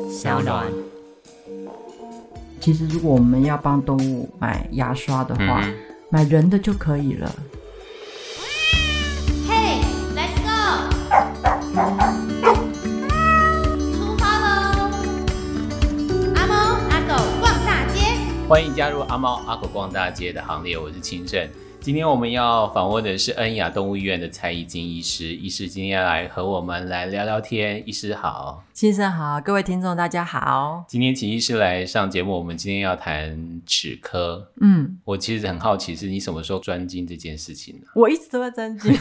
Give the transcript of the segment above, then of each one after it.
小暖。 其实如果我们要帮动物买牙刷的话，买人的就可以了。 Hey, let's go! 出发喽！阿猫阿狗逛大街， 欢迎加入阿猫阿狗逛大街的行列，我是清盛。今天我们要访问的是恩雅动物医院的蔡义金医师，医师今天要来和我们来聊聊天。医师好。 先生好，各位听众大家好。 今天请医师来上节目，我们今天要谈齿科。我其实很好奇，是你什么时候专精这件事情呢？ 我一直都在专精。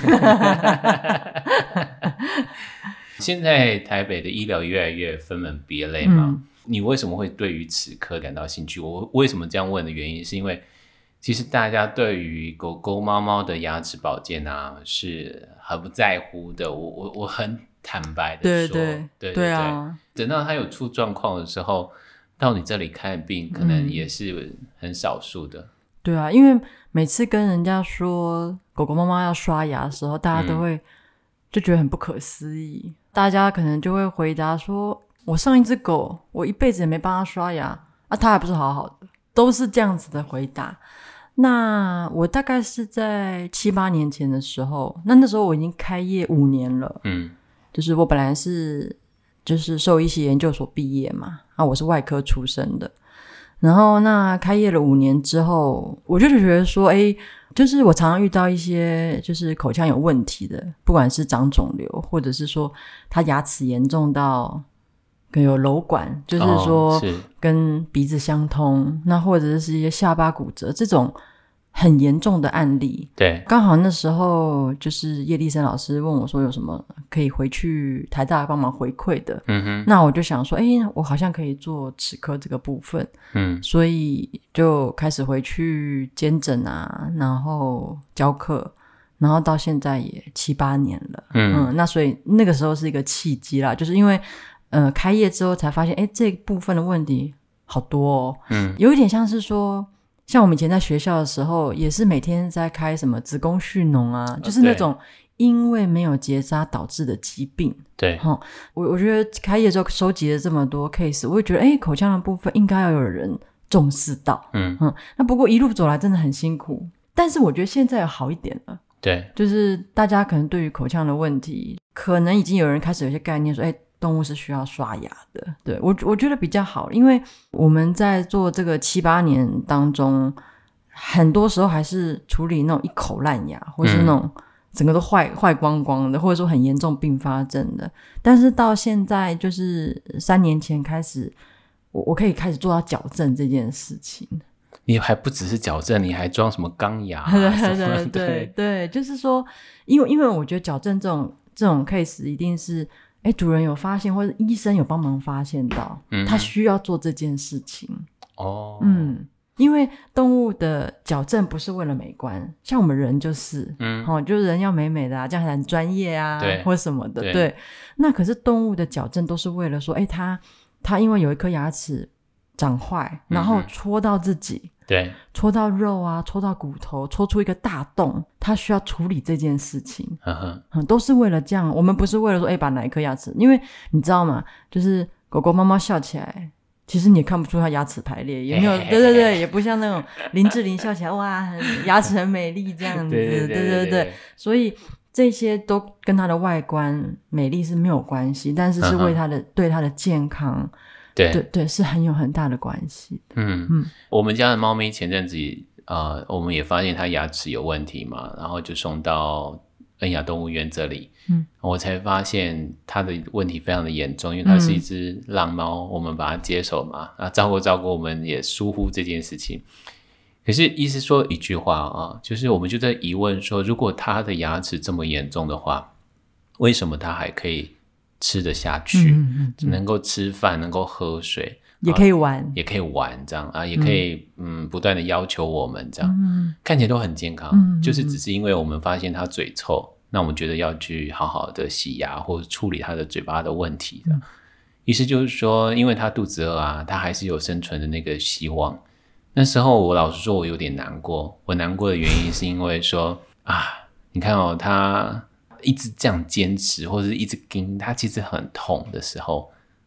现在台北的医疗越来越分门别类嘛，你为什么会对于齿科感到兴趣？我为什么这样问的原因是因为其实大家对于狗狗猫猫的牙齿保健啊是很不在乎的，我很坦白的说，对啊，等到它有出状况的时候，到你这里看病可能也是很少数的。 对啊，因为每次跟人家说狗狗猫猫要刷牙的时候，大家都会就觉得很不可思议，大家可能就会回答说，我上一只狗我一辈子也没帮它刷牙啊，它还不是好好的，都是这样子的回答。那我大概是在7-8年前的时候，那时候我已经开业5年了，就是我本来是就是兽医系研究所毕业嘛，我是外科出身的，然后那开业了5年之后，我就觉得说就是我常常遇到一些就是口腔有问题的，不管是长肿瘤或者是说他牙齿严重到可能有瘘管，就是说跟鼻子相通，那或者是一些下巴骨折这种很严重的案例。 对， 刚好那时候就是叶立生老师问我说有什么可以回去台大帮忙回馈的，那我就想说我好像可以做齿科这个部分，所以就开始回去兼诊啊，然后教课，然后到现在也7-8年了。那所以那个时候是一个契机啦，就是因为开业之后才发现这部分的问题好多有一点像是说像我们以前在学校的时候也是每天在开什么子宫蓄脓啊，就是那种因为没有结扎导致的疾病。 对， 我觉得开业之后收集了这么多 case， 我会觉得口腔的部分应该要有人重视到。那不过一路走来真的很辛苦，但是我觉得现在有好一点了。对，就是大家可能对于口腔的问题可能已经有人开始有些概念说动物是需要刷牙的。对，我觉得比较好，因为我们在做这个7-8年当中，很多时候还是处理那种一口烂牙，或是那种整个都坏光光的，或者说很严重并发症的。但是到现在就是3年前开始，我可以开始做到矫正这件事情。 你还不只是矫正，你还装什么钢牙对，就是说因为我觉得矫正这种 case 一定是主人有发现，或者医生有帮忙发现到，他需要做这件事情。因为动物的矫正不是为了美观，像我们人就是就是人要美美的这样很专业啊，或什么的。对，那可是动物的矫正都是为了说他因为有一颗牙齿长坏，然后戳到自己，对，戳到肉啊，戳到骨头，戳出一个大洞，他需要处理这件事情。都是为了这样，我们不是为了说把哪一颗牙齿，因为你知道吗，就是狗狗猫猫笑起来其实你也看不出它牙齿排列，也没有对，也不像那种林志玲笑起来哇牙齿很美丽这样子。对，所以这些都跟它的外观美丽是没有关系，但是是为它的对它的健康对是很大的关系。 我们家的猫咪前阵子我们也发现它牙齿有问题嘛，然后就送到恩雅动物园这里，我才发现它的问题非常的严重，因为它是一只浪猫，我们把它接手嘛，照顾我们也疏忽这件事情。可是医师说一句话就是我们就在疑问说，如果它的牙齿这么严重的话，为什么它还可以吃得下去，能够吃饭，能够喝水， 也可以玩， 这样也可以不断的要求我们这样，看起来都很健康，就是只是因为我们发现它嘴臭，那我们觉得要去好好的洗牙或者处理它的嘴巴的问题的。意思就是说，因为它肚子饿它还是有生存的那个希望。那时候我老实说我有点难过，我难过的原因是因为说你看它一直这样坚持或者一直盯，它其实很痛的时候，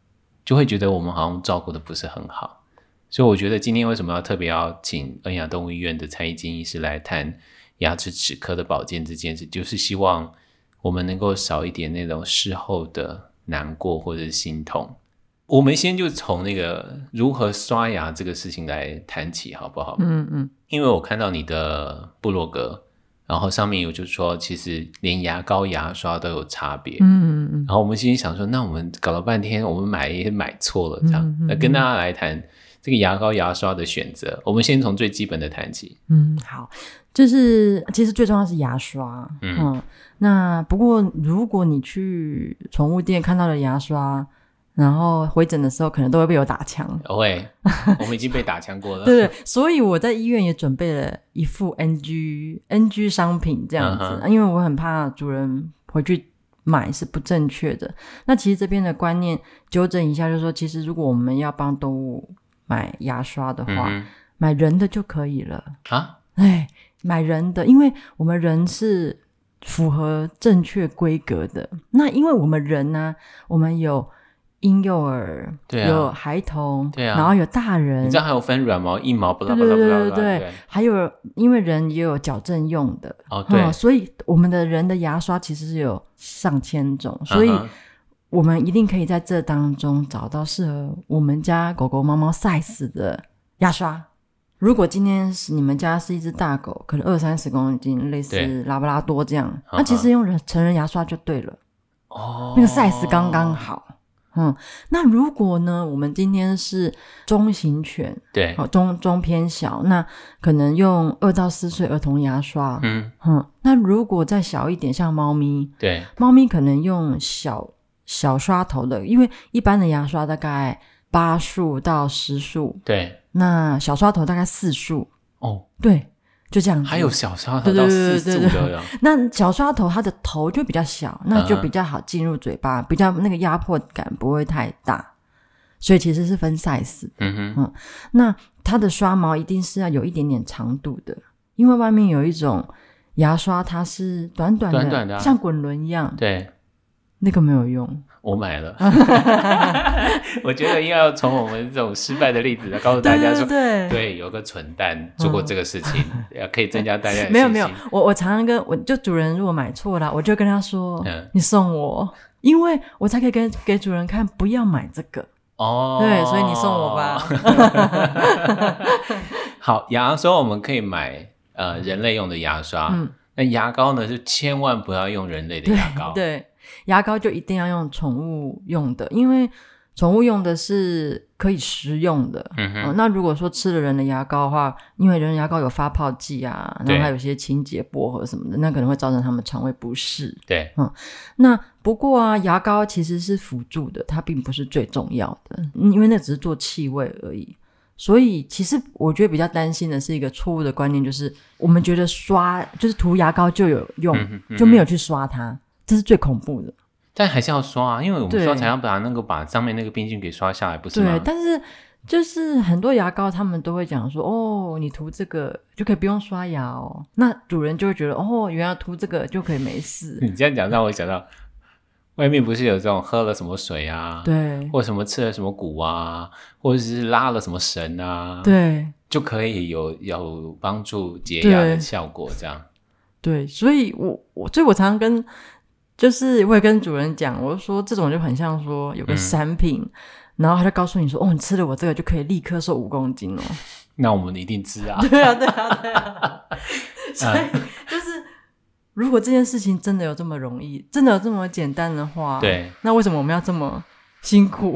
就会觉得我们好像照顾的不是很好。所以我觉得今天为什么要特别邀请恩雅动物医院的蔡一金医师来谈牙齿齿科的保健这件事，就是希望我们能够少一点那种事后的难过或者是心痛。我们先就从那个如何刷牙这个事情来谈起好不好？因为我看到你的部落格，然后上面有就说其实连牙膏牙刷都有差别。然后我们心里想说，那我们搞了半天我们买错了这样。那跟大家来谈这个牙膏牙刷的选择，我们先从最基本的谈起。 好，就是其实最重要是牙刷。那不过如果你去宠物店看到的牙刷，然后回诊的时候可能都会被我打枪。 会，我们已经被打枪过了。 对，所以我在医院也准备了一副 NG 商品这样子，因为我很怕主人回去买是不正确的。那其实这边的观念纠正一下，就是说其实如果我们要帮动物买牙刷的话，买人的就可以了啊。买人的，因为我们人是符合正确规格的。那因为我们人呢，我们有婴幼儿，有孩童，然后有大人， 你知道还有分软毛硬毛， 对，还有因为人也有矫正用的对，所以我们的人的牙刷其实是有上千种，所以我们一定可以在这当中找到适合我们家狗狗猫猫 size 的牙刷。如果今天是你们家是一只大狗，可能20-30公斤，类似拉布拉多这样，那其实用成人牙刷就对了。那个 size 刚刚好。那如果呢我们今天是中型犬，对，中偏小，那可能用2到4岁儿童牙刷。那如果再小一点，像猫咪，对，猫咪可能用小刷头的，因为一般的牙刷大概8束到10束，对，那小刷头大概4束。对，就这样子。还有小刷头到4束的。那小刷头它的头就比较小，那就比较好进入嘴巴，比较那个压迫感不会太大，所以其实是分 size 的。那它的刷毛一定是要有一点点长度的，因为外面有一种牙刷它是短短的像滚轮一样，对，那个没有用，我买了。我觉得应该要从我们这种失败的例子来告诉大家说，对，有个蠢蛋做过这个事情，可以增加大家的信心。没有，我常常跟我就主人如果買錯了，我就跟他说，你送我，因为我才可以给主人看不要买这个。对，所以你送我吧。好，牙刷我们可以买人类用的牙刷，那牙膏呢是千万不要用人类的牙膏。对，牙膏就一定要用宠物用的，因为宠物用的是可以食用的。那如果说吃了人的牙膏的话，因为人的牙膏有发泡剂啊，然后还有一些清洁薄荷什么的，那可能会造成他们肠胃不适。对，那不过啊，牙膏其实是辅助的，它并不是最重要的，因为那只是做气味而已。所以其实我觉得比较担心的是一个错误的观念，就是我们觉得刷就是涂牙膏就有用，就没有去刷它，这是最恐怖的。但还是要刷啊，因为我们刷才要把上面那个病菌给刷下来，不是吗？对，但是就是很多牙膏他们都会讲说，你涂这个就可以不用刷牙哦，那主人就会觉得原来涂这个就可以没事。你这样讲让我想到外面不是有这种喝了什么水啊，对，或什么吃了什么谷啊，或者是拉了什么绳啊，对，就可以有帮助洁牙的效果这样。对，所以我常常跟就是我也跟主人讲，我就说这种就很像说有个产品，然后他就告诉你说你吃了我这个就可以立刻瘦5公斤哦。那我们一定吃啊。对啊。所以就是如果这件事情真的有这么容易，真的有这么简单的话，对，那为什么我们要这么辛苦？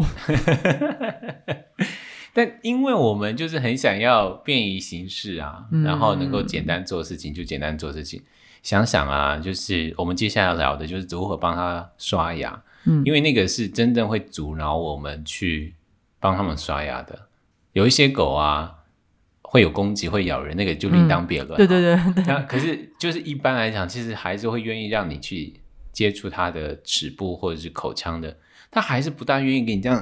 但因为我们就是很想要便宜行事啊，然后能够简单做事情就简单做事情。想想啊，就是我们接下来聊的就是如何帮他刷牙，因为那个是真正会阻挠我们去帮他们刷牙的。有一些狗啊会有攻击会咬人，那个就另当别论。对。那可是就是一般来讲，其实还是会愿意让你去接触它的齿部或者是口腔的，它还是不大愿意给你这样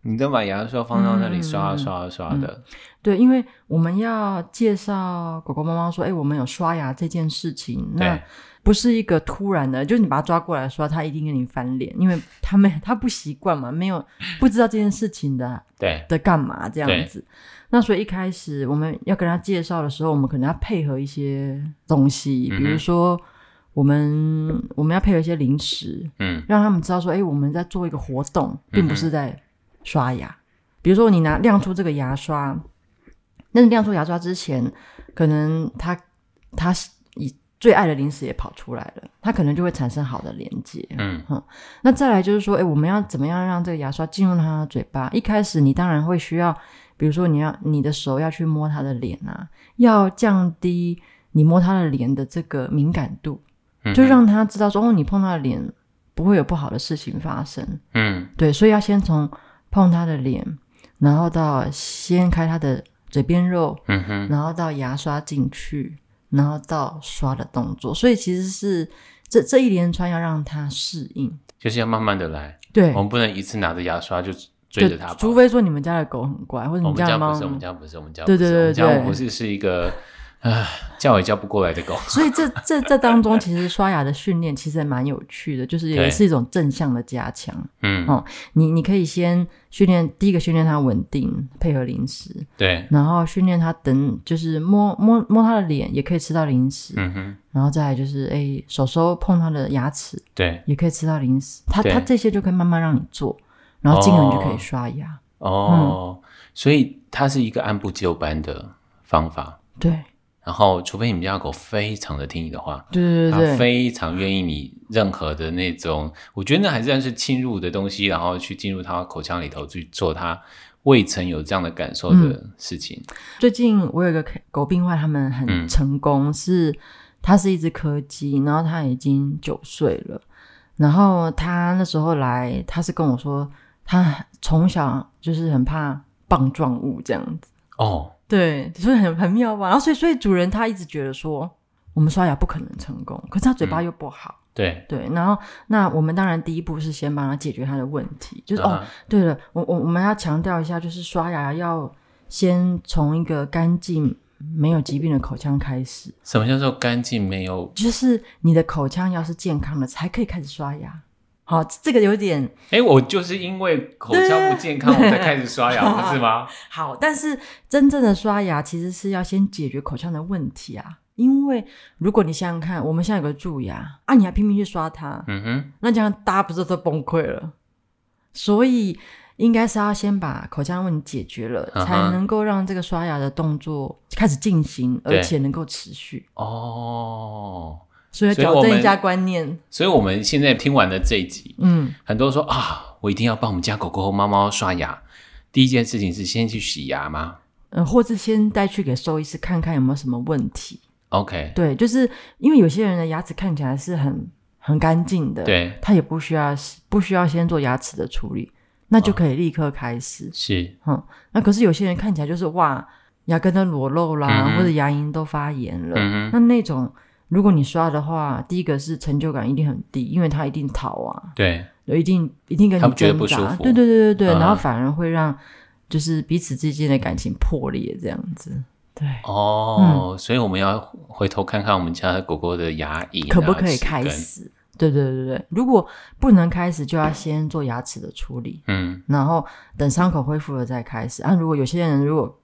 你都把牙刷放到那里刷的。 对，因为我们要介绍狗狗猫猫说我们有刷牙这件事情，那不是一个突然的，就是你把它抓过来刷，它一定跟你翻脸，因为它不习惯嘛，不知道这件事情的干嘛这样子。那所以一开始我们要跟他介绍的时候，我们可能要配合一些东西，比如说我们要配合一些零食，让他们知道说我们在做一个活动，并不是在刷牙。比如说你亮出这个牙刷，但是亮出牙刷之前，可能他最爱的零食也跑出来了，他可能就会产生好的连接。那再来就是说我们要怎么样让这个牙刷进入他的嘴巴。一开始你当然会需要，比如说你的手要去摸他的脸啊，要降低你摸他的脸的这个敏感度，就让他知道说你碰他的脸不会有不好的事情发生。对，所以要先从碰他的脸，然后到掀开他的嘴边肉，然后到牙刷进去，然后到刷的动作。所以其实是这一连串要让他适应， 就是要慢慢的来。 对， 我们不能一次拿着牙刷就追着他跑， 除非说你们家的狗很乖，或者你家的猫。 我们家不是， 对， 我们不是一个叫也叫不过来的狗。 所以这当中其实刷牙的训练其实也蛮有趣的，就是也是一种正向的加强。你可以先训练，第一个训练它稳定配合零食， 对， 然后训练它就是摸它的脸也可以吃到零食，然后再来就是手碰它的牙齿， 对， 也可以吃到零食。它这些就可以慢慢让你做，然后进而你就可以刷牙。 所以它是一个按部就班的方法。 对， 然后除非你们家的狗非常的听你的话， 对， 它非常愿意你任何的那种，我觉得那还算是侵入的东西，然后去进入它口腔里头去做它未曾有这样的感受的事情。 最近我有一个狗病患，他们很成功，它是一只柯基，然后它已经9岁了，然后他那时候来，他是跟我说他从小就是很怕棒状物这样子。对，所以很妙吧。然后所以主人他一直觉得说我们刷牙不可能成功，可是他嘴巴又不好。对，然后那我们当然第一步是先帮他解决他的问题，就是对了，我们要强调一下，就是刷牙要先从一个干净没有疾病的口腔开始。 什么叫做干净没有？ 就是你的口腔要是健康的才可以开始刷牙。好，这个有点我就是因为口腔不健康我才开始刷牙不是吗？ 好，但是真正的刷牙其实是要先解决口腔的问题啊。因为如果你想想看，我们现在有个蛀牙啊，你还拼命去刷它，那这样大家不是都崩溃了？所以应该是要先把口腔问题解决了，才能够让这个刷牙的动作开始进行，而且能够持续。所以要矫正一下观念。 所以我们现在听完了这一集，很多人说我一定要帮我们家狗狗猫猫刷牙，第一件事情是先去洗牙吗？ 或是先带去给兽医师看看有没有什么问题。 OK， 对，就是因为有些人的牙齿看起来是很干净的， 对， 他也不需要先做牙齿的处理，那就可以立刻开始。 是， 那可是有些人看起来就是牙根都裸露啦，或者牙龈都发炎了，那种如果你刷的话，第一个是成就感一定很低，因为他一定逃啊， 对， 一定跟你挣扎， 他们觉得不舒服， 对，然后反而会让就是彼此之间的感情破裂这样子。对， 所以我们要回头看看我们家的狗狗的牙龈可不可以开始。对，如果不能开始就要先做牙齿的处理，然后等伤口恢复了再开始。如果有些人如果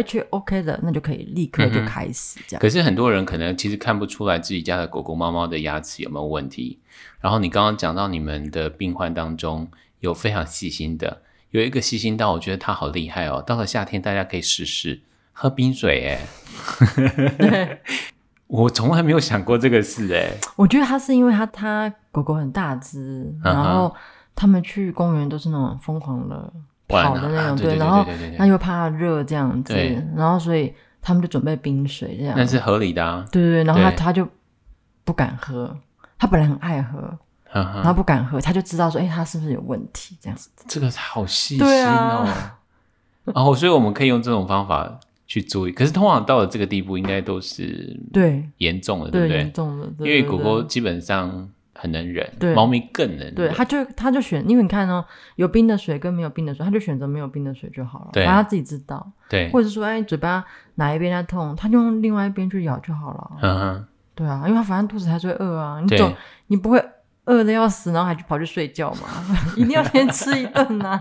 OK 的，那就可以立刻就开始这样。 可是很多人可能其实看不出来自己家的狗狗猫猫的牙齿有没有问题。然后你刚刚讲到你们的病患当中有非常细心的，有一个细心到我觉得他好厉害到了夏天大家可以试试喝冰水对，我从来没有想过这个事我觉得他是因为他狗狗很大只，然后他们去公园都是那种疯狂的跑的那种，对，然后他又怕热这样子，然后所以他们就准备冰水这样。 那是合理的啊。 对，然后他就不敢喝，他本来很爱喝，然后不敢喝，他就知道说他是不是有问题这样子。 这个好细心所以我们可以用这种方法去注意，可是通常到了这个地步应该都是严重的，对不对？ 严重的，对， 因为狗狗基本上很能忍， 对， 猫咪更能忍。 对，他就选，因为你看哦，有冰的水跟没有冰的水，他就选择没有冰的水就好了， 对， 反正他自己知道。 对， 或者说嘴巴哪一边在痛，他就用另外一边去咬就好了。对啊，因为他反正肚子还是会饿啊，你不会饿的要死，然后还跑去睡觉嘛？一定要先吃一顿啊。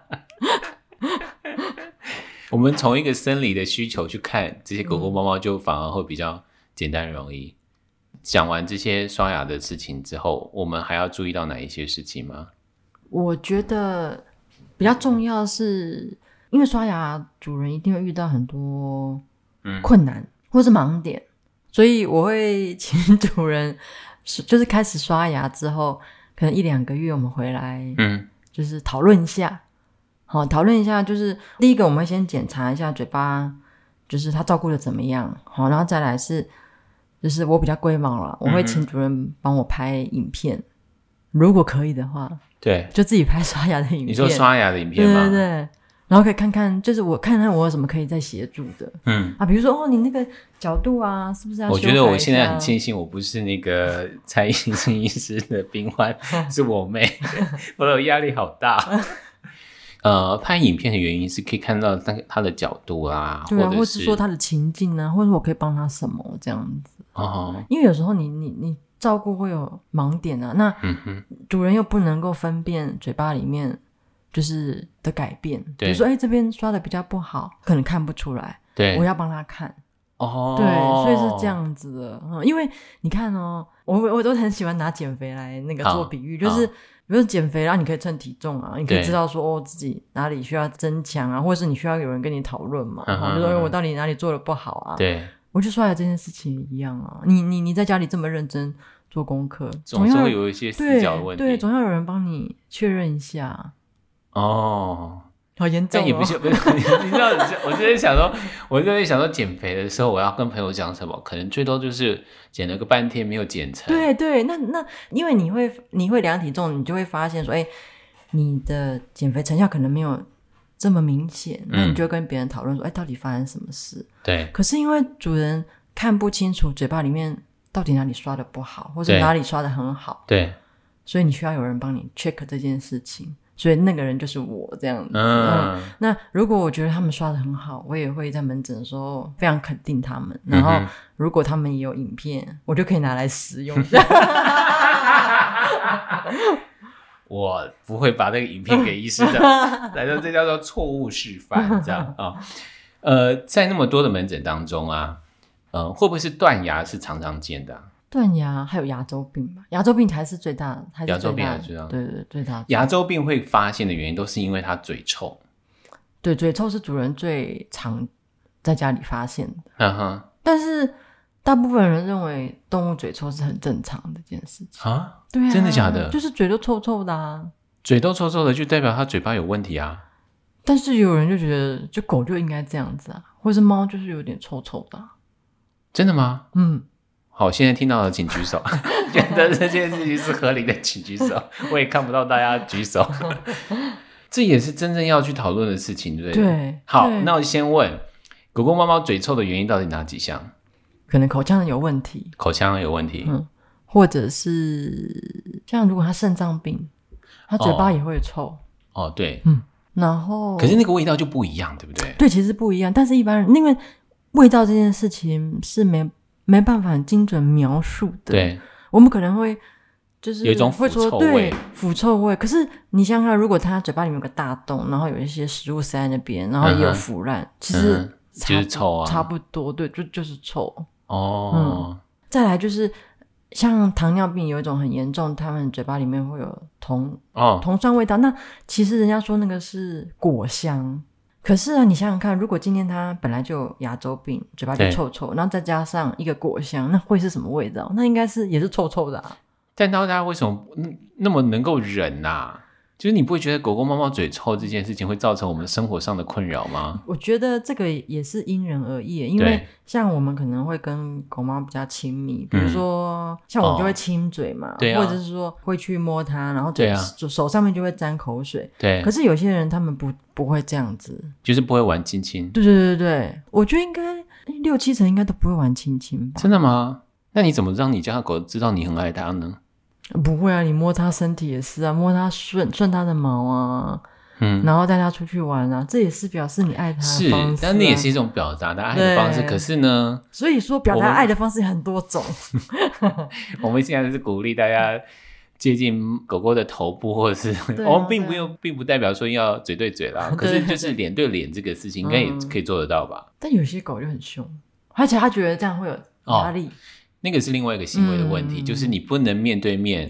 我们从一个生理的需求去看这些狗狗猫猫，就反而会比较简单容易。讲完这些刷牙的事情之后，我们还要注意到哪一些事情吗？ 我觉得比较重要是，因为刷牙主人一定会遇到很多困难或是盲点，所以我会请主人就是开始刷牙之后，可能1-2个月我们回来就是讨论一下。好，讨论一下，就是第一个我们会先检查一下嘴巴，就是他照顾的怎么样。好，然后再来是，就是我比较龟毛了，我会请主人帮我拍影片，如果可以的话， 对， 就自己拍刷牙的影片。 你说刷牙的影片吗？ 对对对，然后可以看看，就是我看看我有什么可以再协助的。比如说你那个角度啊，是不是要修改一下？ 我觉得我现在很庆幸我不是那个蔡依欣医师的病患，是我妹，我的压力好大。拍影片的原因是可以看到他的角度啊， 对啊，或者说他的情境啊，或者我可以帮他什么这样子。因为有时候你照顾会有盲点啊，那主人又不能够分辨嘴巴里面就是的改变，比如说这边刷的比较不好，可能看不出来，对，我要帮他看。对，所以是这样子的。因为你看我都很喜欢拿减肥来那个做比喻，就是比如说减肥，然后你可以称体重啊，你可以知道说自己哪里需要增强啊，或者是你需要有人跟你讨论嘛，就说我到底哪里做的不好啊。对，我就刷牙这件事情一样啊，你在家里这么认真做功课， 总是会有一些死角的问题。 对，总要有人帮你确认一下。好严重但也不是，你知道，我就在想说，减肥的时候我要跟朋友讲什么，可能最多就是减了个半天没有减成。 对对，那因为你会量体重，你就会发现说，你的减肥成效可能没有这么明显，那你就跟别人讨论说，到底发生什么事？对。可是因为主人看不清楚嘴巴里面到底哪里刷的不好，或者哪里刷的很好，对，所以你需要有人帮你 check 这件事情。所以那个人就是我这样子。那如果我觉得他们刷得很好，我也会在门诊的时候非常肯定他们，然后如果他们也有影片，我就可以拿来使用。 我不会把那个影片给医师的，来说这叫做错误示范，这样啊。在那么多的门诊当中啊，会不会是断牙是常常见的？ 断牙还有牙周病吧，牙周病才是最大的， 牙周病还是最大的， 对对，最大的。 牙周病会发现的原因都是因为它嘴臭， 对，嘴臭是主人最常在家里发现的。但是大部分人认为动物嘴臭是很正常的一件事情啊。对啊，真的假的？就是嘴都臭臭的啊， 嘴都臭臭的就代表它嘴巴有问题啊。 但是有人就觉得，就狗就应该这样子啊，或者是猫就是有点臭臭的啊。 真的吗？好，现在听到的请举手，觉得这件事情是合理的请举手，我也看不到大家举手。这也是真正要去讨论的事情，对不对？对。好，那我先问，狗狗猫猫嘴臭的原因到底哪几项？ 可能口腔有问题，或者是像如果它肾脏病，它嘴巴也会臭。 对。 然后可是那个味道就不一样，对不对？ 对，其实不一样，但是一般人因为味道这件事情是没办法很精准描述的。对，我们可能会就是有一种腐臭味， 对，腐臭味。可是你想想看，如果它嘴巴里面有个大洞，然后有一些食物塞在那边，然后也有腐烂，其实就是臭啊， 差不多，对，就是臭。再来就是像糖尿病有一种很严重，他们嘴巴里面会有酮酸味道，那其实人家说那个是果香。可是啊，你想想看，如果今天他本来就有牙周病，嘴巴就臭臭，然后再加上一个果香，那会是什么味道？那应该是也是臭臭的啊。 但大家为什么那么能够忍啊？就是你不会觉得狗狗猫猫嘴臭这件事情会造成我们生活上的困扰吗？ 我觉得这个也是因人而异，因为像我们可能会跟狗猫比较亲密，比如说像我就会亲嘴嘛，或者是说会去摸它，然后手上面就会沾口水。对，可是有些人他们不会这样子， 就是不会玩亲亲。 对对对对，我觉得应该6-7成应该都不会玩亲亲吧？ 真的吗？那你怎么让你家的狗知道你很爱它呢？ 不会啊，你摸它身体也是啊，摸它顺它的毛啊，然后带它出去玩啊，这也是表示你爱它的方式啊。 是，但那也是一种表达的爱的方式。可是呢， 所以说表达爱的方式有很多种。 我们现在是鼓励大家接近狗狗的头部，或者是我们并不代表说要嘴对嘴啦，可是就是脸对脸这个事情应该也可以做得到吧。 但有些狗就很凶，而且他觉得这样会有压力。 那个是另外一个行为的问题，就是你不能面对面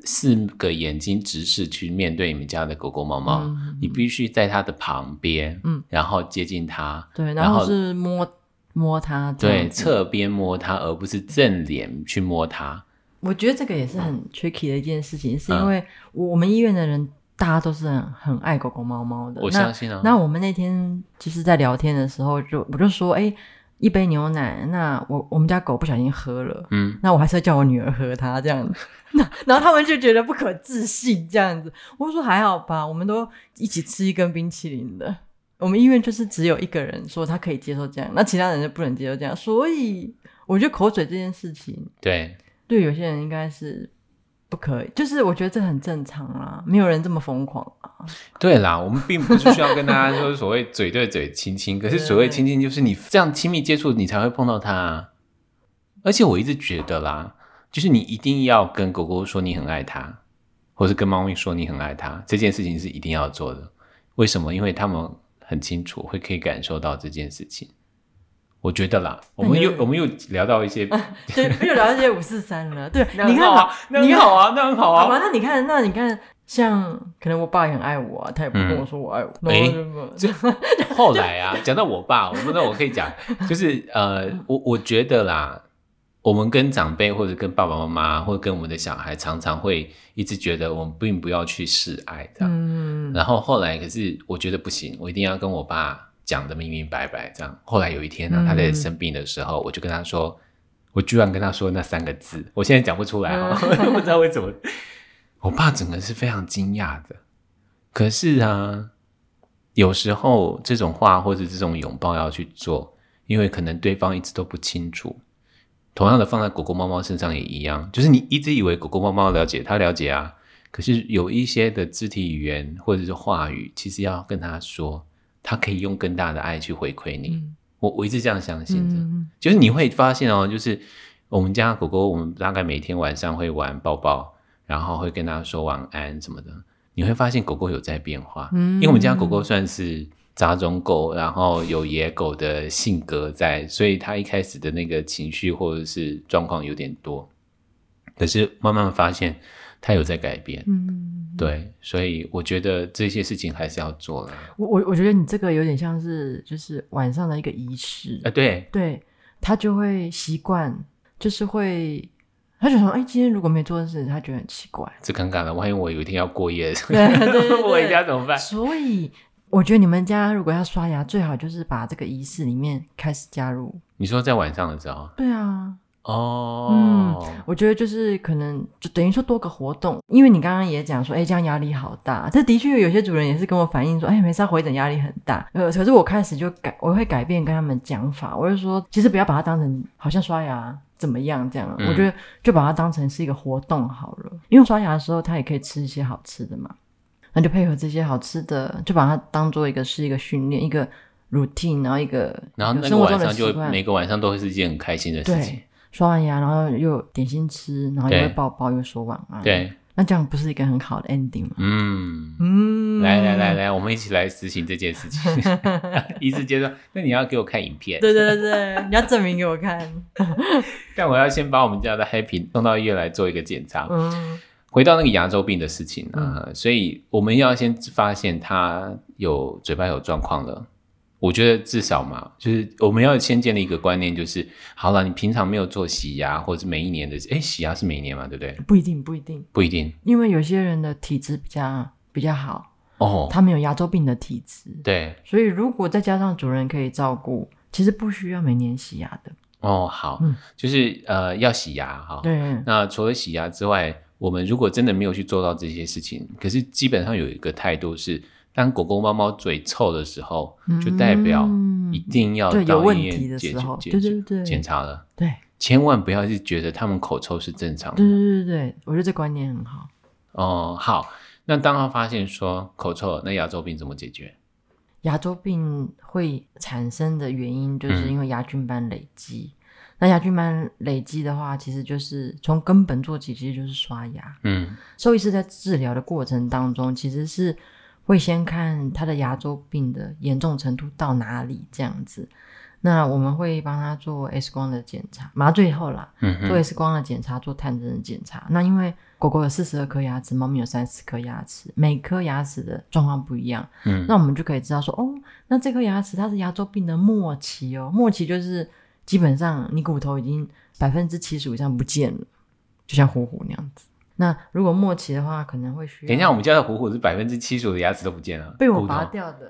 4个眼睛直视去面对你们家的狗狗猫猫，你必须在它的旁边，然后接近它， 对，然后是摸它， 对，侧边摸它，而不是正脸去摸它。 我觉得这个也是很 tricky 的一件事情，是因为我们医院的人大家都是很爱狗狗猫猫的， 我相信啊。 那我们那天就是在聊天的时候，我就说，一杯牛奶，那我们家狗不小心喝了，那我还是要叫我女儿喝它这样子，然后他们就觉得不可置信这样子。我说还好吧，我们都一起吃一根冰淇淋的。我们医院就是只有一个人说他可以接受这样，那其他人就不能接受这样。所以我觉得口水这件事情，对有些人应该是不可以，就是我觉得这很正常啦，没有人这么疯狂啊。 对啦，我们并不是需要跟大家说所谓嘴对嘴亲亲，可是所谓亲亲就是你这样亲密接触你才会碰到它啊。而且我一直觉得啦，就是你一定要跟狗狗说你很爱它，或是跟猫咪说你很爱它，这件事情是一定要做的。为什么？因为他们很清楚可以感受到这件事情。我觉得啦，我们又聊到一些对，又聊到一些543了。对， 你看啊，那很好啊，那很好啊。 好吧，那你看，像可能我爸也很爱我啊，他也不跟我说我爱我。 后来啊，讲到我爸，我可以讲，就是我觉得啦，我们跟长辈或者跟爸爸妈妈或者跟我们的小孩，常常会一直觉得我们并不要去示爱这样。然后后来可是我觉得不行，我一定要跟我爸讲的明明白白这样。后来有一天呢，他在生病的时候，我就跟他说，我居然跟他说那3个字，我现在讲不出来不知道为什么。我爸整个是非常惊讶的。可是啊，有时候这种话或者这种拥抱要去做，因为可能对方一直都不清楚。同样的放在狗狗猫猫身上也一样，就是你一直以为狗狗猫猫了解，他了解啊，可是有一些的肢体语言或者是话语，其实要跟他说，他可以用更大的爱去回馈你。我一直这样相信着，就是你会发现哦，就是我们家狗狗，我们大概每天晚上会玩抱抱，然后会跟他说晚安什么的，你会发现狗狗有在变化。因为我们家狗狗算是杂种狗，然后有野狗的性格在，所以它一开始的那个情绪或者是状况有点多，可是慢慢发现它有在改变。对，所以我觉得这些事情还是要做了。 我觉得你这个有点像是就是晚上的一个仪式。 对， 他就会习惯，就是会他就说今天如果没做的事他觉得很奇怪， 这尴尬了，万一我有一天要过夜对我回家怎么办？ 所以我觉得你们家如果要刷牙，最好就是把这个仪式里面开始加入。 你说在晚上的时候？ 对啊。 我觉得就是可能就等于说多个活动，因为你刚刚也讲说这样压力好大，这的确有些主人也是跟我反映说没事，回诊压力很大。可是我开始我会改变跟他们讲法，我就说其实不要把它当成好像刷牙怎么样这样，我觉得就把它当成是一个活动好了。因为刷牙的时候他也可以吃一些好吃的嘛，那就配合这些好吃的，就把它当做是一个训练，一个 routine， 然后那个晚上就每个晚上都会是一件很开心的事情。 刷完牙然后又有点心吃，然后又会抱抱又说晚安。 对， 那这样不是一个很好的 ending 吗？ 来，我们一起来实行这件事情。一次接受，那你要给我看影片。 对，你要证明给我看。 但我要先把我们家的 Happy 送到医院来做一个检查。回到那个牙周病的事情所以我们要先发现他嘴巴有状况了。我觉得至少嘛，就是我们要先建立一个观念，就是好了，你平常没有做洗牙，或者是每一年的洗牙是每一年嘛，对不对？不一定，因为有些人的体质比较好他们有牙周病的体质， 对， 所以如果再加上主人可以照顾，其实不需要每年洗牙的。 好，就是要洗牙对。 那除了洗牙之外，我们如果真的没有去做到这些事情，可是基本上有一个态度是，当狗狗猫猫嘴臭的时候，就代表一定要到医院检查了。 对， 千万不要是觉得他们口臭是正常的。 对对对对，我觉得这观念很好。 好，那当他发现说口臭，那牙周病怎么解决？ 牙周病会产生的原因就是因为牙菌斑累积。那牙菌斑累积的话，其实就是从根本做起，其实就是刷牙。兽医师在治疗的过程当中，其实是会先看他的牙周病的严重程度到哪里这样子。那我们会帮他做 X 光的检查，麻醉后啦，做 X 光的检查，做探针的检查。那因为狗狗有42颗牙齿，猫咪有30颗牙齿，每颗牙齿的状况不一样。那我们就可以知道说，那这颗牙齿它是牙周病的末期哦。末期就是基本上你骨头已经75%以上不见了，就像虎虎那样子。那如果末期的话，可能会需要。 等一下，我们家的虎虎是75%的牙齿都不见了， 被我拔掉的。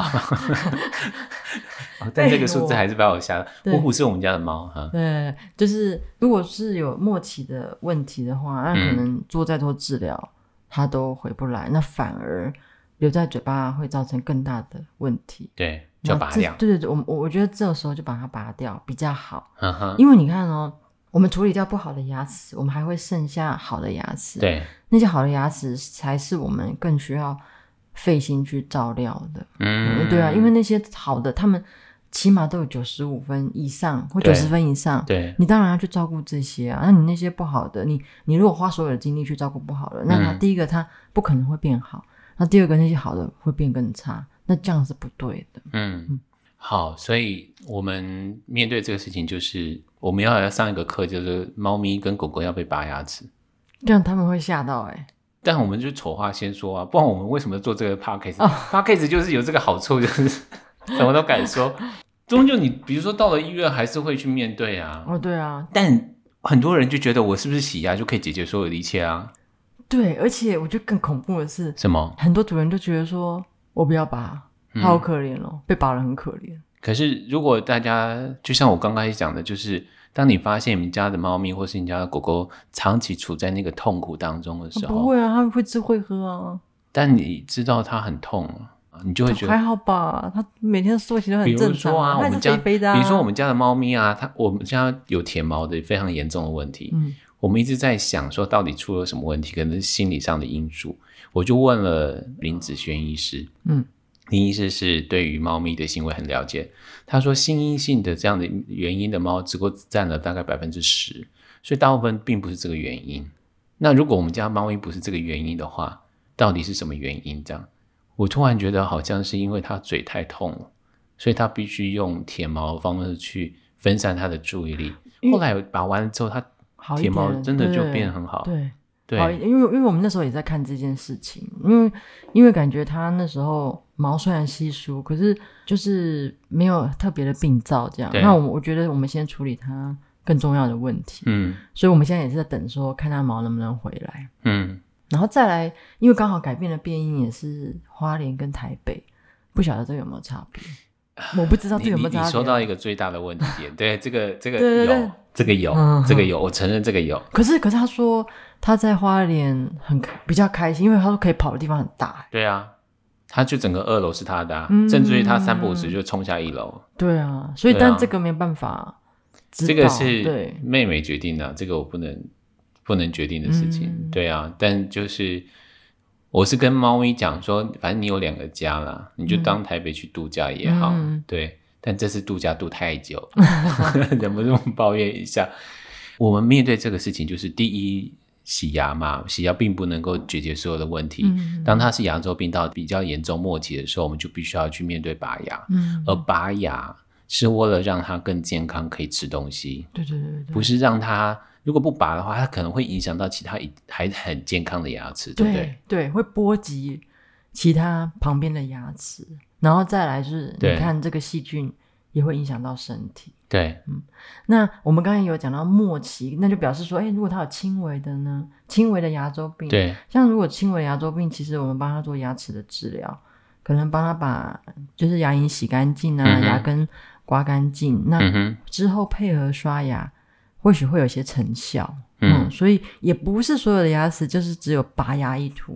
但这个数字还是把我吓到。虎虎是我们家的猫哈。 对，就是如果是有末期的问题的话，那可能做再多治疗，它都回不来，那反而留在嘴巴会造成更大的问题。 对，就拔掉。 对对对，我觉得这个时候就把它拔掉比较好。因为你看哦。我们处理掉不好的牙齿，我们还会剩下好的牙齿。 对， 那些好的牙齿才是我们更需要费心去照料的。对啊，因为那些好的，他们起码都有95分以上或90分以上。 对， 你当然要去照顾这些啊。那你那些不好的，你如果花所有的精力去照顾不好的，那它第一个它不可能会变好，那第二个那些好的会变更差，那这样是不对的。 好，所以我们面对这个事情，就是我们要上一个课，就是猫咪跟狗狗要被拔牙齿， 这样他们会吓到但我们就丑话先说啊，不然我们为什么做这个 podcast？podcast 就是有这个好处，就是什么都敢说。终究你比如说到了医院，还是会去面对啊。 对啊。 但很多人就觉得我是不是洗牙就可以解决所有的一切啊？ 对，而且我觉得更恐怖的是什么？ 很多主人都觉得说我不要拔。好可怜哦，被拔了很可怜。 可是如果大家就像我刚开始讲的，就是当你发现你们家的猫咪或是你家的狗狗长期处在那个痛苦当中的时候， 不会啊，它会吃会喝啊。 但你知道它很痛，你就会觉得还好吧，它每天的作息都很正常。 比如说啊， 它是肥肥的啊。 比如说我们家的猫咪啊，我们家有舔毛的非常严重的问题。我们一直在想说到底出了什么问题，可能是心理上的因素。我就问了林子轩医师。林医师是对于猫咪的行为很了解，他说心因性的这样的原因的猫只占了大概 10%， 所以大部分并不是这个原因。那如果我们家猫咪不是这个原因的话，到底是什么原因？这样我突然觉得好像是因为它嘴太痛了，所以它必须用舔毛的方式去分散它的注意力。后来拔完了之后，它舔毛真的就变很好。 对，因为我们那时候也在看这件事情，因为感觉它那时候毛虽然稀疏，可是就是没有特别的病灶这样。那我觉得我们先处理它更重要的问题。所以我们现在也是在等说看它毛能不能回来。然后再来，因为刚好改变的变因也是花莲跟台北，不晓得这个有没有差别？我不知道这个有没有差别。 你说到一个最大的问题点，对，这个有，这个有，我承认这个有。 可是他说他在花莲比较开心，因为他说可以跑的地方很大。 对啊，他就整个2楼是他的甚至于他3不5时就冲下1楼。 对啊，所以但这个没办法知道， 这个是妹妹决定的，这个我不能决定的事情。对啊，但就是我是跟猫咪讲说，反正你有2个家啦，你就当台北去度假也好。对，但这次度假度太久忍不住抱怨一下。我们面对这个事情，就是第一，洗牙嘛，洗牙并不能够解决所有的问题。当它是牙周病到比较严重末期的时候，我们就必须要去面对拔牙。而拔牙是为了让它更健康，可以吃东西。对，不是让它如果不拔的话，它可能会影响到其他还很健康的牙齿，对不对？ 对，会波及其他旁边的牙齿，然后再来就是你看这个细菌也会影响到身体。 对， 那我们刚才有讲到末期，那就表示说，如果它有轻微的呢，轻微的牙周病， 对， 像如果轻微的牙周病，其实我们帮他做牙齿的治疗，可能帮他把就是牙龈洗干净啊，牙根刮干净，那之后配合刷牙，或许会有些成效。所以也不是所有的牙齿就是只有拔牙一途，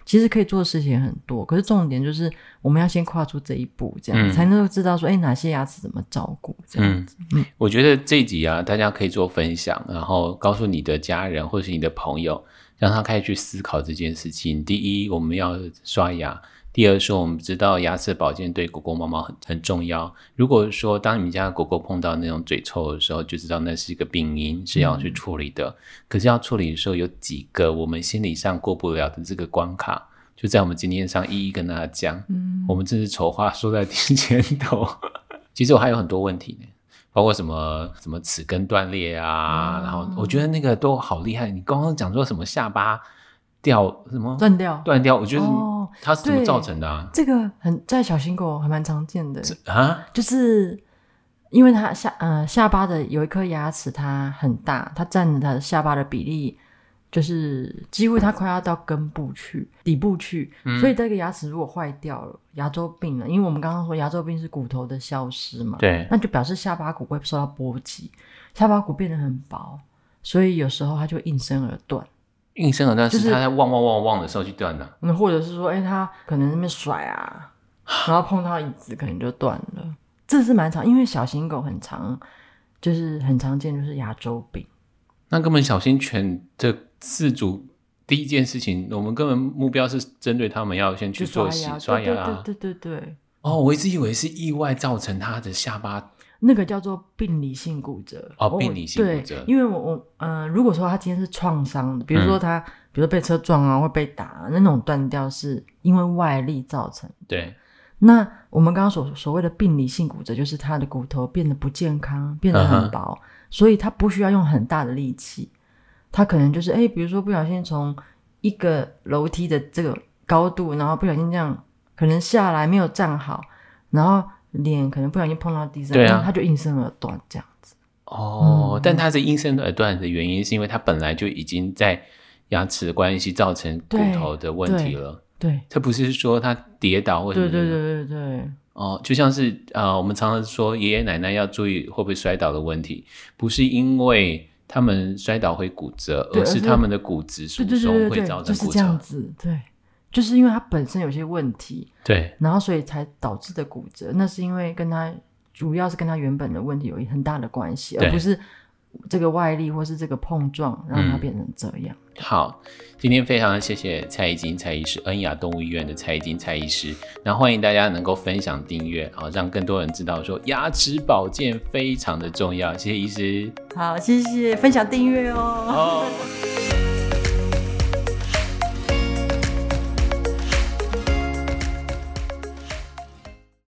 其实可以做的事情很多，可是重点就是我们要先跨出这一步，这样才能够知道说哪些牙齿怎么照顾这样子。 我觉得这一集啊，大家可以做分享，然后告诉你的家人或是你的朋友，让他开始去思考这件事情。第一，我们要刷牙；第二是我们知道牙齿保健对狗狗猫猫很重要。如果说当你们家的狗狗碰到那种嘴臭的时候，就知道那是一个病因，是要去处理的。可是要处理的时候，有几个我们心理上过不了的这个关卡，就在我们今天上一一跟大家讲。我们真是丑话说在地前头。其实我还有很多问题呢，包括什么齿根断裂啊，然后我觉得那个都好厉害。你刚刚讲说什么下巴断掉，我觉得它是怎么造成的啊？ 这个在小型狗还蛮常见的啊， 就是因为它下巴的有一颗牙齿它很大，它占了它的下巴的比例，就是几乎它快要到根部去底部去，所以这个牙齿如果坏掉了，牙周病了，因为我们刚刚说牙周病是骨头的消失嘛， 对， 那就表示下巴骨会受到波及，下巴骨变得很薄，所以有时候它就应声而断。 应声而断是它在旺的时候去断的， 或者是说它可能在那边甩啊，然后碰到椅子可能就断了。这是蛮常，因为小型狗很常见就是牙周病。 那根本小型犬的饲主第一件事情，我们根本目标是针对他们要先去做刷牙啊。 对。 我一直以为是意外造成他的下巴， 那个叫做病理性骨折。 病理性骨折。 对，因为如果说他今天是创伤的，比如说比如说被车撞啊，或被打那种断掉是因为外力造成的。 对。 那我们刚刚所谓的病理性骨折，就是他的骨头变得不健康，变得很薄，所以他不需要用很大的力气，他可能就是比如说不小心从一个楼梯的这个高度，然后不小心这样可能下来没有站好，然后脸可能不小心碰到地上，他就应声而断这样子。 但他是应声而断的原因是因为他本来就已经在牙齿的关系造成骨头的问题了。对，它不是说他跌倒或什么的。对。就像是我们常常说爷爷奶奶要注意会不会摔倒的问题，不是因为他们摔倒会骨折，而是他们的骨质疏松会造成骨折。就是这样子。对，就是因为他本身有些问题， 对， 然后所以才导致的骨折，那是因为主要是跟他原本的问题有很大的关系，而不是这个外力或是这个碰撞让它变成这样。 好，今天非常谢谢蔡一金蔡医师，恩雅动物医院的蔡一金蔡医师。那欢迎大家能够分享订阅，让更多人知道说牙齿保健非常的重要。谢谢医师。 好，谢谢分享订阅哦。